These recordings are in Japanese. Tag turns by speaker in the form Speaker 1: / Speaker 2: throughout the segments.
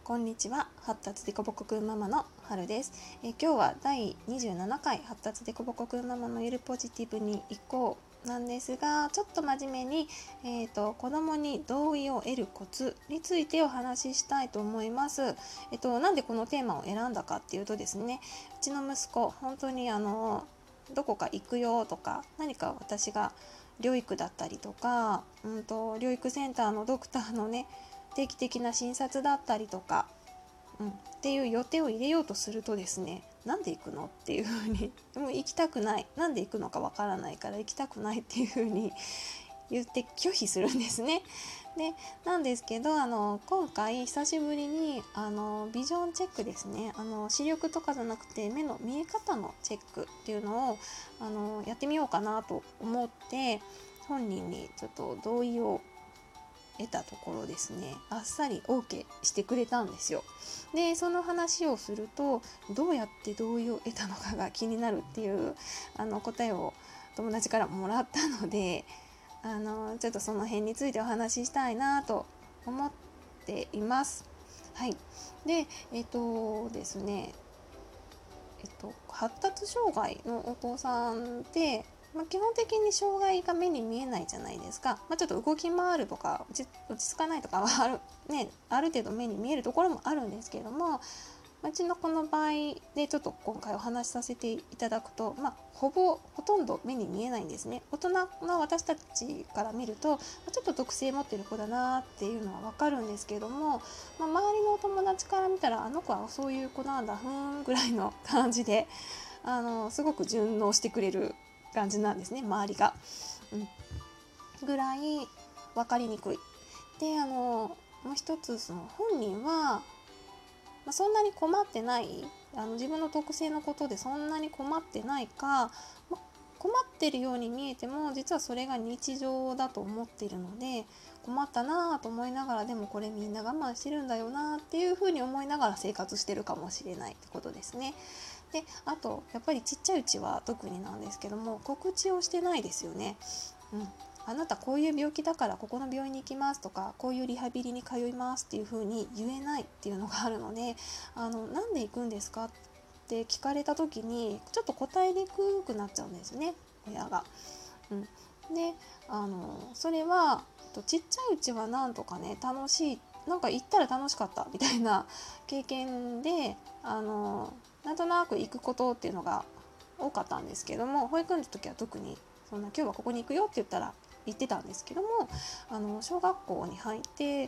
Speaker 1: こんにちは。発達でこぼこくんママのはるです。今日は第27回発達でこぼこくんママのゆるポジティブに行こうなんですが、ちょっと真面目に、子供に同意を得るコツについてお話ししたいと思います。なんでこのテーマを選んだかっていうとですね、うちの息子本当にどこか行くよとか、何か私が療育だったりとか、療育センターのドクターのね定期的な診察だったりとか、っていう予定を入れようとするとですね、なんで行くのっていう風にもう行きたくない、なんで行くのかわからないから行きたくないっていう風に言って拒否するんですね。でなんですけど今回久しぶりにビジョンチェックですね、視力とかじゃなくて目の見え方のチェックっていうのをやってみようかなと思って本人にちょっと同意を得たところですね、あっさり OK してくれたんですよ。でその話をすると、どうやって同意を得たのかが気になるっていう答えを友達からもらったので、ちょっとその辺についてお話ししたいなと思っています。はい。でですね、発達障害のお子さんって、基本的に障害が目に見えないじゃないですか。ちょっと動き回るとか落ち着かないとかはある程度目に見えるところもあるんですけども、うちのこの場合でちょっと今回お話しさせていただくと、ほとんど目に見えないんですね。大人の私たちから見るとちょっと特性持ってる子だなっていうのはわかるんですけども、周りのお友達から見たらあの子はそういう子なんだふーんぐらいの感じですごく順応してくれる感じなんですね、周りが、ぐらい分かりにくい。でもう一つ、その本人はそんなに困ってない、自分の特性のことでそんなに困ってないか、困ってるように見えても実はそれが日常だと思っているので、困ったなと思いながら、でもこれみんな我慢してるんだよなっていうふうに思いながら生活してるかもしれないってことですね。であとやっぱりちっちゃいうちは特になんですけども、告知をしてないですよね。あなたこういう病気だからここの病院に行きますとか、こういうリハビリに通いますっていう風に言えないっていうのがあるので、なんで行くんですかって聞かれた時にちょっと答えにくくなっちゃうんですね、親が。でそれはちっちゃいうちはなんとかね、楽しい、なんか行ったら楽しかったみたいな経験でなんとなく行くことっていうのが多かったんですけども、保育園の時は特にそんな今日はここに行くよって言ったら行ってたんですけども、小学校に入って、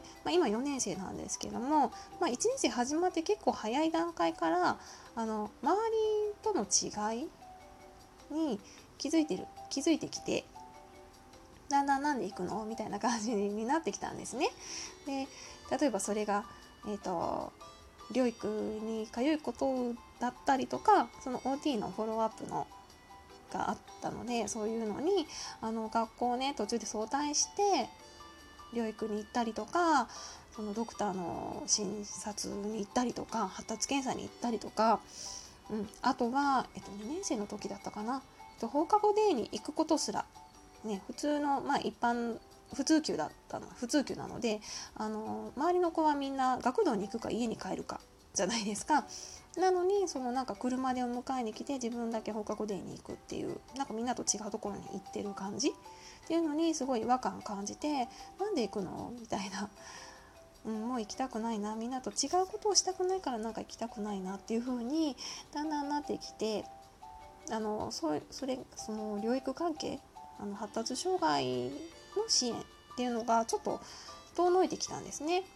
Speaker 1: 今4年生なんですけども、1年生始まって結構早い段階から周りとの違いに気づいてきて、だんだんなんで行くのみたいな感じになってきたんですね。で例えばそれが、療育に通うことだったりとか、その OT のフォローアップのがあったので、そういうのに学校をね途中で早退して療育に行ったりとか、そのドクターの診察に行ったりとか、発達検査に行ったりとか、あとは、2年生の時だったかな、放課後デーに行くことすら、普通の、一般普通級なので、周りの子はみんな学童に行くか家に帰るかじゃないですか。なのになんか車で迎えに来て自分だけ放課後デーに行くっていう、なんかみんなと違うところに行ってる感じっていうのにすごい違和感感じて、なんで行くのみたいな、もう行きたくないな、みんなと違うことをしたくないからなんか行きたくないなっていう風にだんだんなってきて、その療育関係、発達障害の支援っていうのがちょっと遠のいてきたんですね。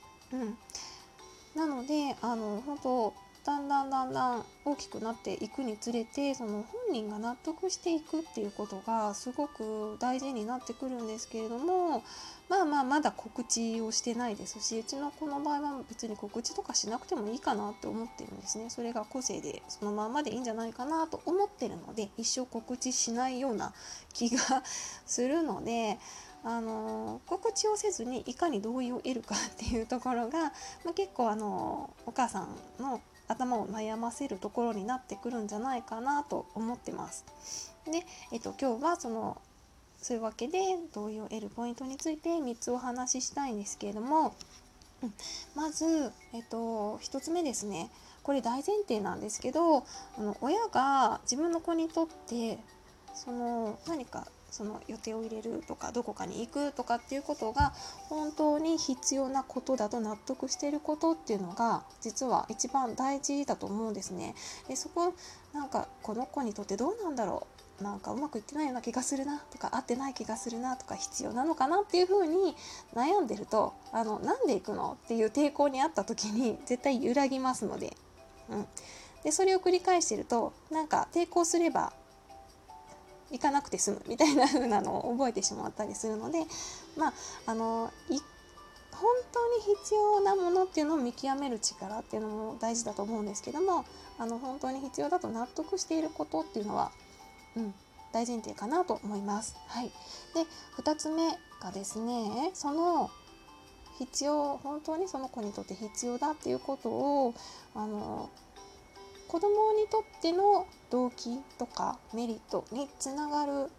Speaker 1: なので本当だんだん大きくなっていくにつれて、その本人が納得していくっていうことがすごく大事になってくるんですけれども、まだ告知をしてないですし、うちの子の場合は別に告知とかしなくてもいいかなって思ってるんですね。それが個性でそのままでいいんじゃないかなと思ってるので、一生告知しないような気がするので、告知をせずにいかに同意を得るかっていうところが、結構お母さんの頭を悩ませるところになってくるんじゃないかなと思ってます。で、今日はそういうわけで同意を得るポイントについて3つお話ししたいんですけれども、 まず、1つ目ですね。これ大前提なんですけど、親が自分の子にとって何かその予定を入れるとかどこかに行くとかっていうことが本当に必要なことだと納得していることっていうのが実は一番大事だと思うんですね。でそこなんかこの子にとってどうなんだろう、なんかうまくいってないような気がするなとか合ってない気がするなとか必要なのかなっていうふうに悩んでるとなんで行くのっていう抵抗にあった時に絶対揺らぎますので、でそれを繰り返してるとなんか抵抗すれば行かなくて済むみたいな風なのを覚えてしまったりするので、本当に必要なものっていうのを見極める力っていうのも大事だと思うんですけども、本当に必要だと納得していることっていうのは、大前提かなと思います。はい、で2つ目がですね、その本当にその子にとって必要だっていうことを子供にとっての動機とかメリットにつながる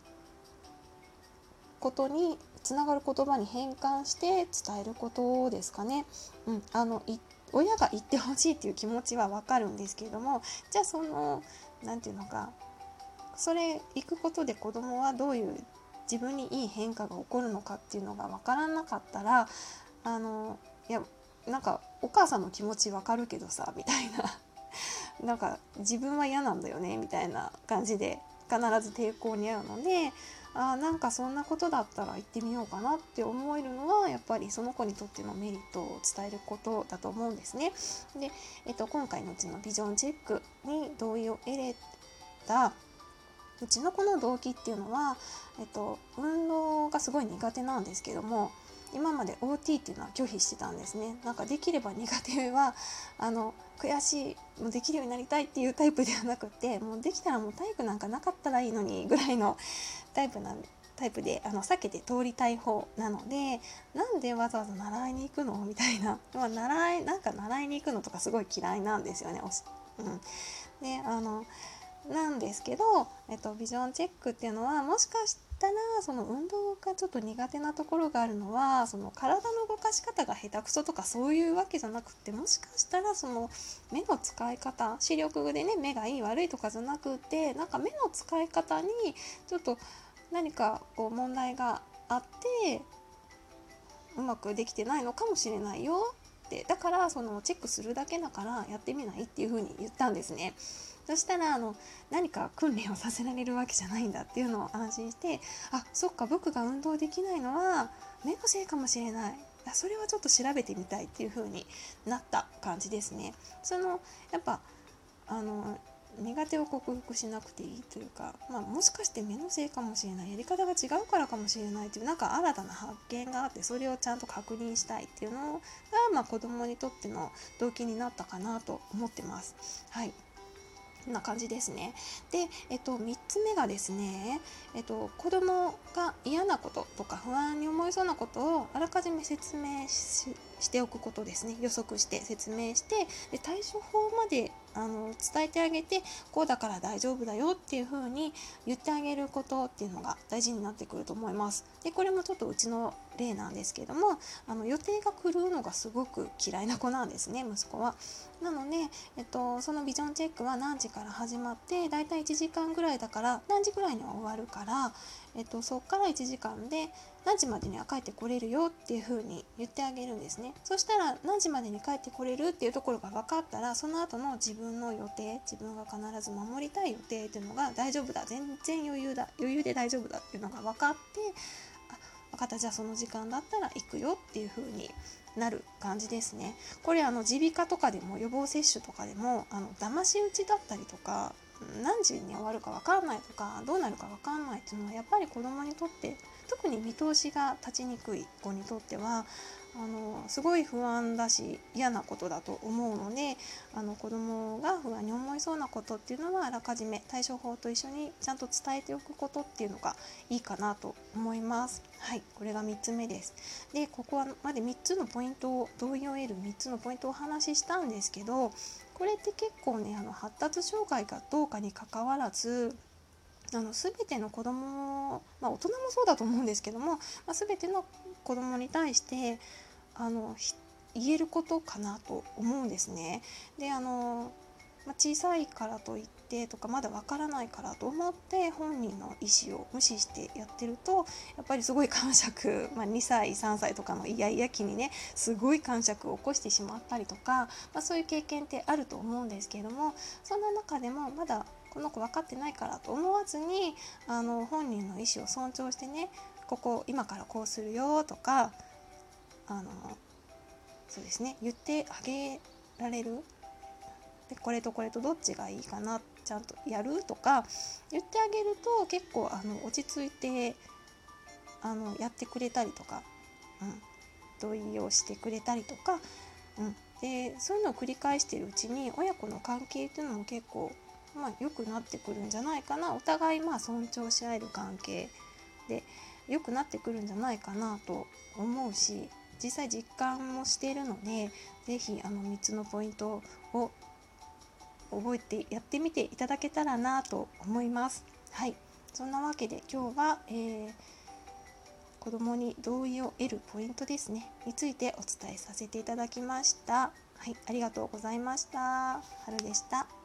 Speaker 1: 言葉に変換して伝えることですかね。親が言ってほしいっていう気持ちはわかるんですけれども、じゃあなんていうのか、それ行くことで子供はどういう自分にいい変化が起こるのかっていうのがわからなかったら、いやなんかお母さんの気持ちわかるけどさみたいななんか自分は嫌なんだよねみたいな感じで必ず抵抗に遭うので、なんかそんなことだったら行ってみようかなって思えるのはやっぱりその子にとってのメリットを伝えることだと思うんですね。で、今回のうちのビジョンチェックに同意を得れたうちの子の動機っていうのは、運動がすごい苦手なんですけども、今まで OT っていうのは拒否してたんですね。なんかできれば苦手は悔しい、もうできるようになりたいっていうタイプではなくて、もうできたらもう体育なんかなかったらいいのにぐらいのタイプで避けて通りたい方なので、なんでわざわざ習いに行くのみたいな、習いに行くのとかすごい嫌いなんですよね。でなんですけど、ビジョンチェックっていうのはもしかしたらその運動がちょっと苦手なところがあるのは、その体の動かし方が下手くそとかそういうわけじゃなくて、もしかしたらその目の使い方、視力でね目がいい悪いとかじゃなくて、なんか目の使い方にちょっと何かこう問題があってうまくできてないのかもしれないよって、だからそのチェックするだけだからやってみないっていう風に言ったんですね。そしたら何か訓練をさせられるわけじゃないんだっていうのを安心して、そっか、僕が運動できないのは目のせいかもしれない、それはちょっと調べてみたいっていう風になった感じですね。やっぱ苦手を克服しなくていいというか、もしかして目のせいかもしれない、やり方が違うからかもしれないというなんか新たな発見があって、それをちゃんと確認したいっていうのが、子供にとっての動機になったかなと思ってます。はい、こんな感じですね。で、3つ目がですね、子供が嫌なこととか不安に思いそうなことをあらかじめ説明しておくことですね。予測して説明して、で対処法まで伝えてあげて、こうだから大丈夫だよっていう風に言ってあげることっていうのが大事になってくると思います。でこれもちょっとうちの例なんですけども、予定が狂うのがすごく嫌いな子なんですね、息子は。なので、そのビジョンチェックは何時から始まって、だいたい1時間ぐらいだから何時ぐらいには終わるから、そこから1時間で何時までには帰ってこれるよっていう風に言ってあげるんですね。そしたら何時までに帰ってこれるっていうところが分かったら、その後の自分の予定、自分が必ず守りたい予定っていうのが大丈夫だ、全然余裕で大丈夫だっていうのが分かって、分かった、じゃあその時間だったら行くよっていう風になる感じですね。これ耳鼻科とかでも予防接種とかでも騙し討ちだったりとか、何時に終わるか分かんないとかどうなるか分かんないっていうのはやっぱり子どもにとって、特に見通しが立ちにくい子にとってはすごい不安だし嫌なことだと思うので、子どもが不安に思いそうなことっていうのはあらかじめ対処法と一緒にちゃんと伝えておくことっていうのがいいかなと思います。はい、これが3つ目です。でここはまで3つのポイントを同意を得る3つのポイントをお話ししたんですけど、これって結構ね発達障害かどうかにかかわらず全ての子ども、大人もそうだと思うんですけども、全ての子どもに対して言えることかなと思うんですね。で小さいからといってとかまだわからないからと思って本人の意思を無視してやってるとやっぱりすごい感触、2歳3歳とかのイヤイヤ期にねすごい感触を起こしてしまったりとか、そういう経験ってあると思うんですけれども、そんな中でもまだこの子分かってないからと思わずに本人の意思を尊重してね、ここ今からこうするよとかそうですね言ってあげられる。でこれとこれとどっちがいいかなちゃんとやるとか言ってあげると結構落ち着いてやってくれたりとか、同意をしてくれたりとか、でそういうのを繰り返しているうちに親子の関係っていうのも結構良くなってくるんじゃないかな。お互い尊重し合える関係で良くなってくるんじゃないかなと思うし、実際実感もしているので、ぜひ3つのポイントを覚えてやってみていただけたらなと思います。はい、そんなわけで今日は、子どもに同意を得るポイントですねについてお伝えさせていただきました。はい、ありがとうございました。はるでした。